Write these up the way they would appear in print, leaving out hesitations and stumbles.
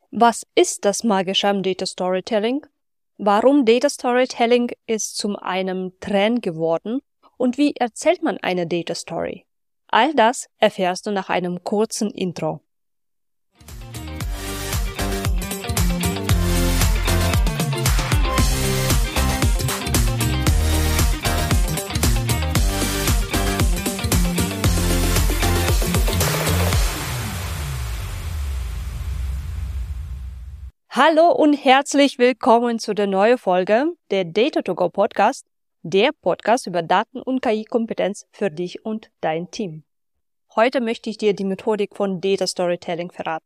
Was ist das Magische am Data Storytelling? Warum Data Storytelling ist zu einem Trend geworden und wie erzählt man eine Data Story? All das erfährst du nach einem kurzen Intro. Hallo und herzlich willkommen zu der neuen Folge der Data2Go Podcast, der Podcast über Daten- und KI-Kompetenz für dich und dein Team. Heute möchte ich dir die Methodik von Data Storytelling verraten.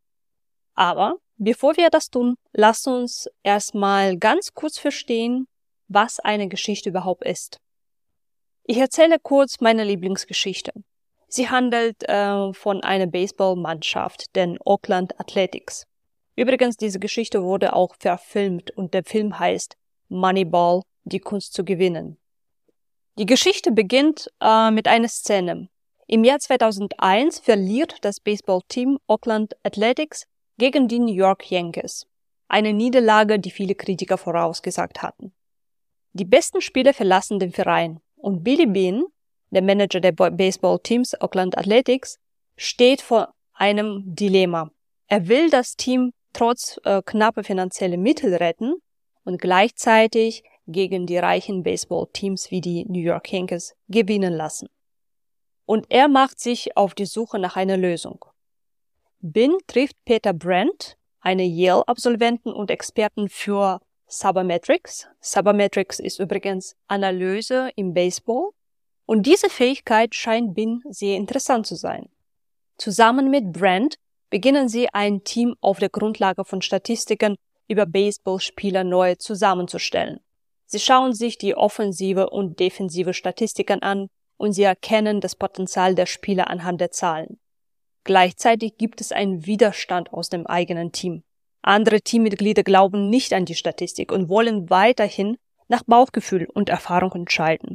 Aber bevor wir das tun, lass uns erstmal ganz kurz verstehen, was eine Geschichte überhaupt ist. Ich erzähle kurz meine Lieblingsgeschichte. Sie handelt von einer Baseballmannschaft, den Oakland Athletics. Übrigens, diese Geschichte wurde auch verfilmt und der Film heißt Moneyball, die Kunst zu gewinnen. Die Geschichte beginnt mit einer Szene. Im Jahr 2001 verliert das Baseballteam Oakland Athletics gegen die New York Yankees. Eine Niederlage, die viele Kritiker vorausgesagt hatten. Die besten Spieler verlassen den Verein und Billy Beane, der Manager der Baseballteams Oakland Athletics, steht vor einem Dilemma. Er will das Team trotz knapper finanzieller Mittel retten und gleichzeitig gegen die reichen Baseballteams wie die New York Yankees gewinnen lassen. Und er macht sich auf die Suche nach einer Lösung. Beane trifft Peter Brandt, einen Yale-Absolventen und Experten für Sabermetrics. Sabermetrics ist übrigens Analyse im Baseball. Und diese Fähigkeit scheint Beane sehr interessant zu sein. Zusammen mit Brandt beginnen sie ein Team auf der Grundlage von Statistiken über Baseballspieler neu zusammenzustellen. Sie schauen sich die offensive und defensive Statistiken an und sie erkennen das Potenzial der Spieler anhand der Zahlen. Gleichzeitig gibt es einen Widerstand aus dem eigenen Team. Andere Teammitglieder glauben nicht an die Statistik und wollen weiterhin nach Bauchgefühl und Erfahrung entscheiden.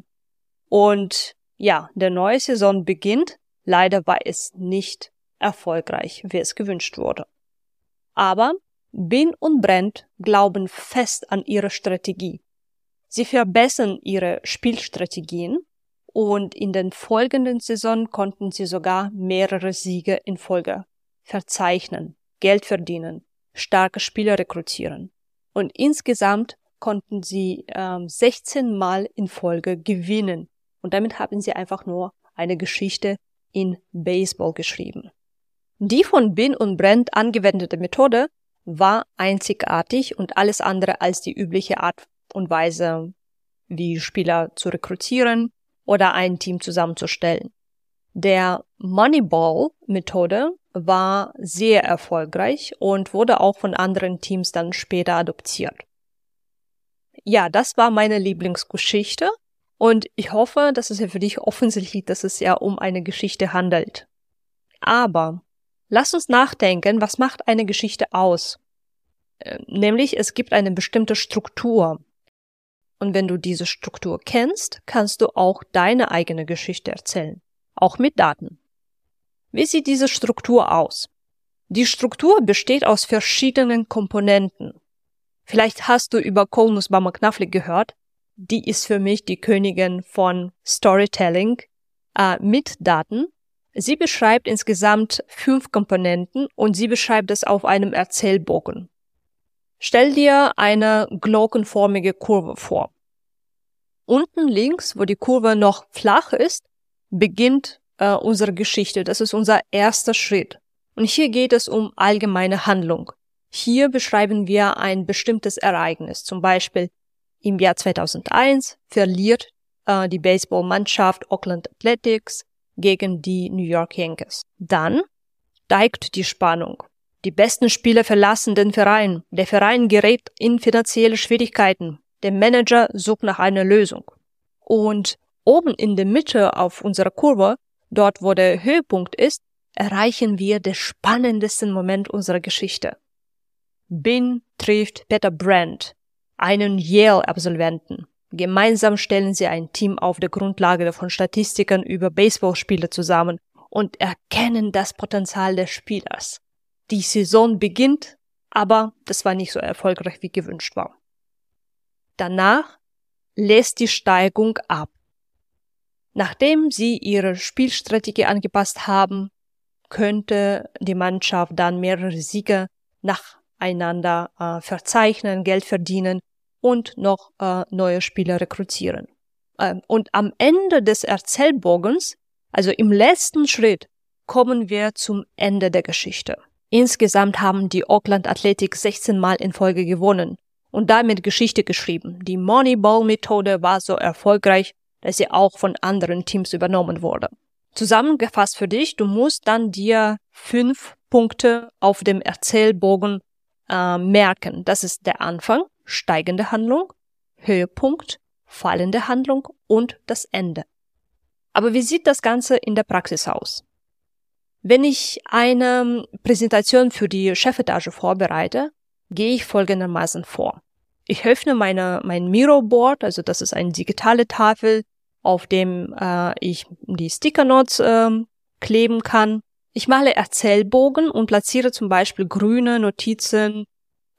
Und ja, der neue Saison beginnt. Leider war es nicht erfolgreich, wie es gewünscht wurde. Aber Beane und Brandt glauben fest an ihre Strategie. Sie verbessern ihre Spielstrategien und in den folgenden Saison konnten sie sogar mehrere Siege in Folge verzeichnen, Geld verdienen, starke Spieler rekrutieren. Und insgesamt konnten sie 16 Mal in Folge gewinnen. Und damit haben sie einfach nur eine Geschichte in Baseball geschrieben. Die von Beane und Brandt angewendete Methode war einzigartig und alles andere als die übliche Art und Weise, wie Spieler zu rekrutieren oder ein Team zusammenzustellen. Der Moneyball-Methode war sehr erfolgreich und wurde auch von anderen Teams dann später adoptiert. Ja, das war meine Lieblingsgeschichte und ich hoffe, dass es ja für dich offensichtlich ist, dass es ja um eine Geschichte handelt. Aber lass uns nachdenken, was macht eine Geschichte aus? Nämlich, es gibt eine bestimmte Struktur. Und wenn du diese Struktur kennst, kannst du auch deine eigene Geschichte erzählen. Auch mit Daten. Wie sieht diese Struktur aus? Die Struktur besteht aus verschiedenen Komponenten. Vielleicht hast du über Cole Nussbaumer-Knaflic gehört. Die ist für mich die Königin von Storytelling mit Daten. Sie beschreibt insgesamt 5 Komponenten und sie beschreibt es auf einem Erzählbogen. Stell dir eine glockenförmige Kurve vor. Unten links, wo die Kurve noch flach ist, beginnt unsere Geschichte. Das ist unser erster Schritt. Und hier geht es um allgemeine Handlung. Hier beschreiben wir ein bestimmtes Ereignis. Zum Beispiel im Jahr 2001 verliert die Baseballmannschaft Oakland Athletics gegen die New York Yankees. Dann steigt die Spannung. Die besten Spieler verlassen den Verein. Der Verein gerät in finanzielle Schwierigkeiten. Der Manager sucht nach einer Lösung. Und oben in der Mitte auf unserer Kurve, dort wo der Höhepunkt ist, erreichen wir den spannendsten Moment unserer Geschichte. Beane trifft Peter Brandt, einen Yale-Absolventen. Gemeinsam stellen sie ein Team auf der Grundlage von Statistiken über Baseballspieler zusammen und erkennen das Potenzial des Spielers. Die Saison beginnt aber das war nicht so erfolgreich, wie gewünscht war. Danach lässt die Steigung ab. Nachdem sie ihre Spielstrategie angepasst haben, könnte die Mannschaft dann mehrere Siege nacheinander verzeichnen, Geld verdienen und noch neue Spieler rekrutieren. Und am Ende des Erzählbogens, also im letzten Schritt, kommen wir zum Ende der Geschichte. Insgesamt haben die Oakland Athletics 16 Mal in Folge gewonnen und damit Geschichte geschrieben. Die Moneyball-Methode war so erfolgreich, dass sie auch von anderen Teams übernommen wurde. Zusammengefasst für dich, du musst dann dir 5 Punkte auf dem Erzählbogen merken. Das ist der Anfang, steigende Handlung, Höhepunkt, fallende Handlung und das Ende. Aber wie sieht das Ganze in der Praxis aus? Wenn ich eine Präsentation für die Chefetage vorbereite, gehe ich folgendermaßen vor. Ich öffne mein Miro-Board, also das ist eine digitale Tafel, auf dem ich die Sticker-Notes kleben kann. Ich male Erzählbogen und platziere zum Beispiel grüne Notizen,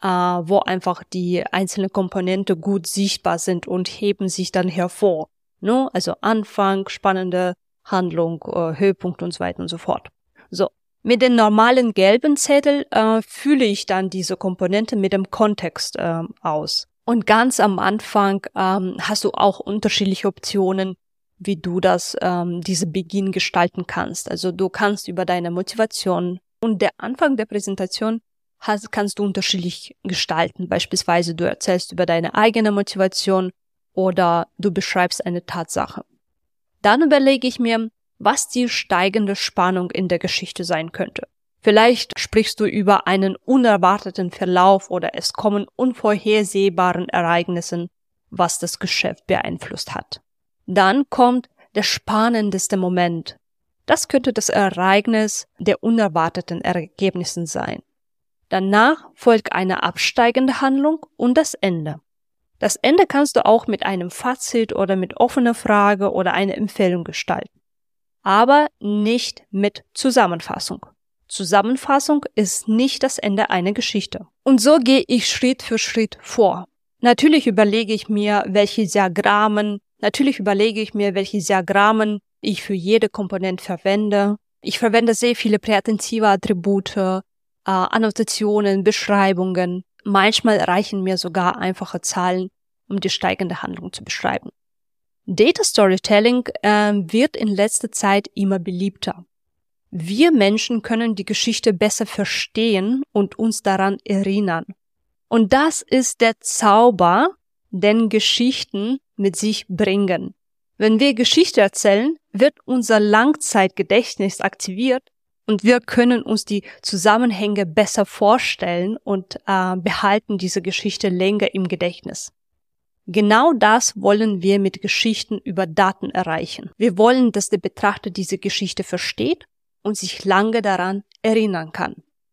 wo einfach die einzelnen Komponenten gut sichtbar sind und heben sich dann hervor. No? Also Anfang, spannende Handlung, Höhepunkt und so weiter und so fort. So, mit den normalen gelben Zettel fülle ich dann diese Komponente mit dem Kontext aus. Und ganz am Anfang hast du auch unterschiedliche Optionen, wie du diese Beginn gestalten kannst. Also du kannst über deine Motivation und der Anfang der Präsentation kannst du unterschiedlich gestalten. Beispielsweise du erzählst über deine eigene Motivation oder du beschreibst eine Tatsache. Dann überlege ich mir, was die steigende Spannung in der Geschichte sein könnte. Vielleicht sprichst du über einen unerwarteten Verlauf oder es kommen unvorhersehbaren Ereignissen, was das Geschäft beeinflusst hat. Dann kommt der spannendste Moment. Das könnte das Ereignis der unerwarteten Ergebnisse sein. Danach folgt eine absteigende Handlung und das Ende. Das Ende kannst du auch mit einem Fazit oder mit offener Frage oder einer Empfehlung gestalten. Aber nicht mit Zusammenfassung. Zusammenfassung ist nicht das Ende einer Geschichte. Und so gehe ich Schritt für Schritt vor. Natürlich überlege ich mir, welche Diagramme ich für jede Komponente verwende. Ich verwende sehr viele prätensive Attribute, Annotationen, Beschreibungen. Manchmal reichen mir sogar einfache Zahlen, um die steigende Handlung zu beschreiben. Data Storytelling wird in letzter Zeit immer beliebter. Wir Menschen können die Geschichte besser verstehen und uns daran erinnern. Und das ist der Zauber, den Geschichten mit sich bringen. Wenn wir Geschichte erzählen, wird unser Langzeitgedächtnis aktiviert und wir können uns die Zusammenhänge besser vorstellen und behalten diese Geschichte länger im Gedächtnis. Genau das wollen wir mit Geschichten über Daten erreichen. Wir wollen, dass der Betrachter diese Geschichte versteht und sich lange daran erinnern kann.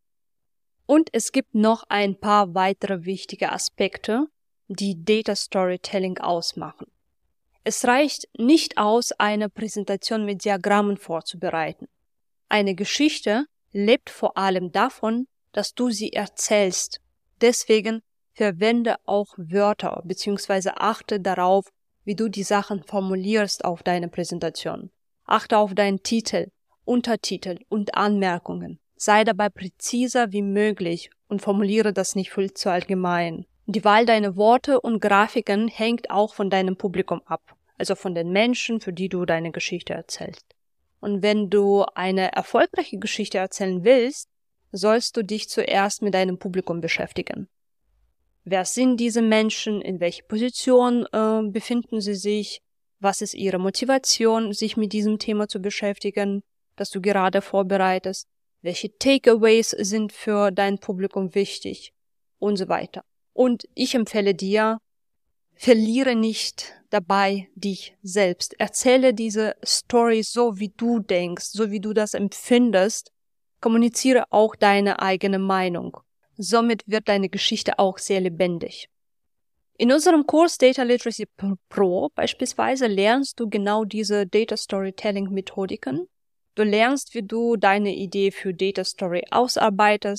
Und es gibt noch ein paar weitere wichtige Aspekte, die Data Storytelling ausmachen. Es reicht nicht aus, eine Präsentation mit Diagrammen vorzubereiten. Eine Geschichte lebt vor allem davon, dass du sie erzählst. Deswegen verwende auch Wörter bzw. achte darauf, wie du die Sachen formulierst auf deiner Präsentation. Achte auf deinen Titel, Untertitel und Anmerkungen. Sei dabei präziser wie möglich und formuliere das nicht viel zu allgemein. Die Wahl deiner Worte und Grafiken hängt auch von deinem Publikum ab, also von den Menschen, für die du deine Geschichte erzählst. Und wenn du eine erfolgreiche Geschichte erzählen willst, sollst du dich zuerst mit deinem Publikum beschäftigen. Wer sind diese Menschen? In welcher Position befinden sie sich? Was ist ihre Motivation, sich mit diesem Thema zu beschäftigen, das du gerade vorbereitest? Welche Takeaways sind für dein Publikum wichtig? Und so weiter. Und ich empfehle dir, verliere nicht dabei dich selbst. Erzähle diese Story so, wie du denkst, so wie du das empfindest. Kommuniziere auch deine eigene Meinung. Somit wird deine Geschichte auch sehr lebendig. In unserem Kurs Data Literacy Pro beispielsweise lernst du genau diese Data Storytelling Methodiken. Du lernst, wie du deine Idee für Data Story ausarbeitest,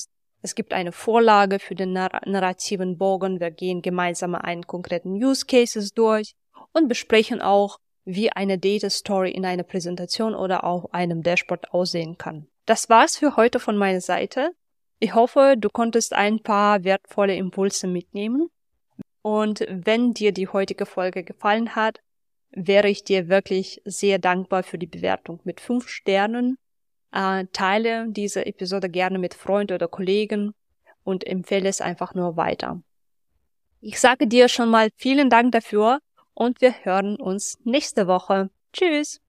Es gibt eine Vorlage für den narrativen Bogen. Wir gehen gemeinsam einen konkreten Use Cases durch und besprechen auch, wie eine Data Story in einer Präsentation oder auch einem Dashboard aussehen kann. Das war's für heute von meiner Seite. Ich hoffe, du konntest ein paar wertvolle Impulse mitnehmen. Und wenn dir die heutige Folge gefallen hat, wäre ich dir wirklich sehr dankbar für die Bewertung mit 5 Sternen. Teile diese Episode gerne mit Freunden oder Kollegen und empfehle es einfach nur weiter. Ich sage dir schon mal vielen Dank dafür und wir hören uns nächste Woche. Tschüss!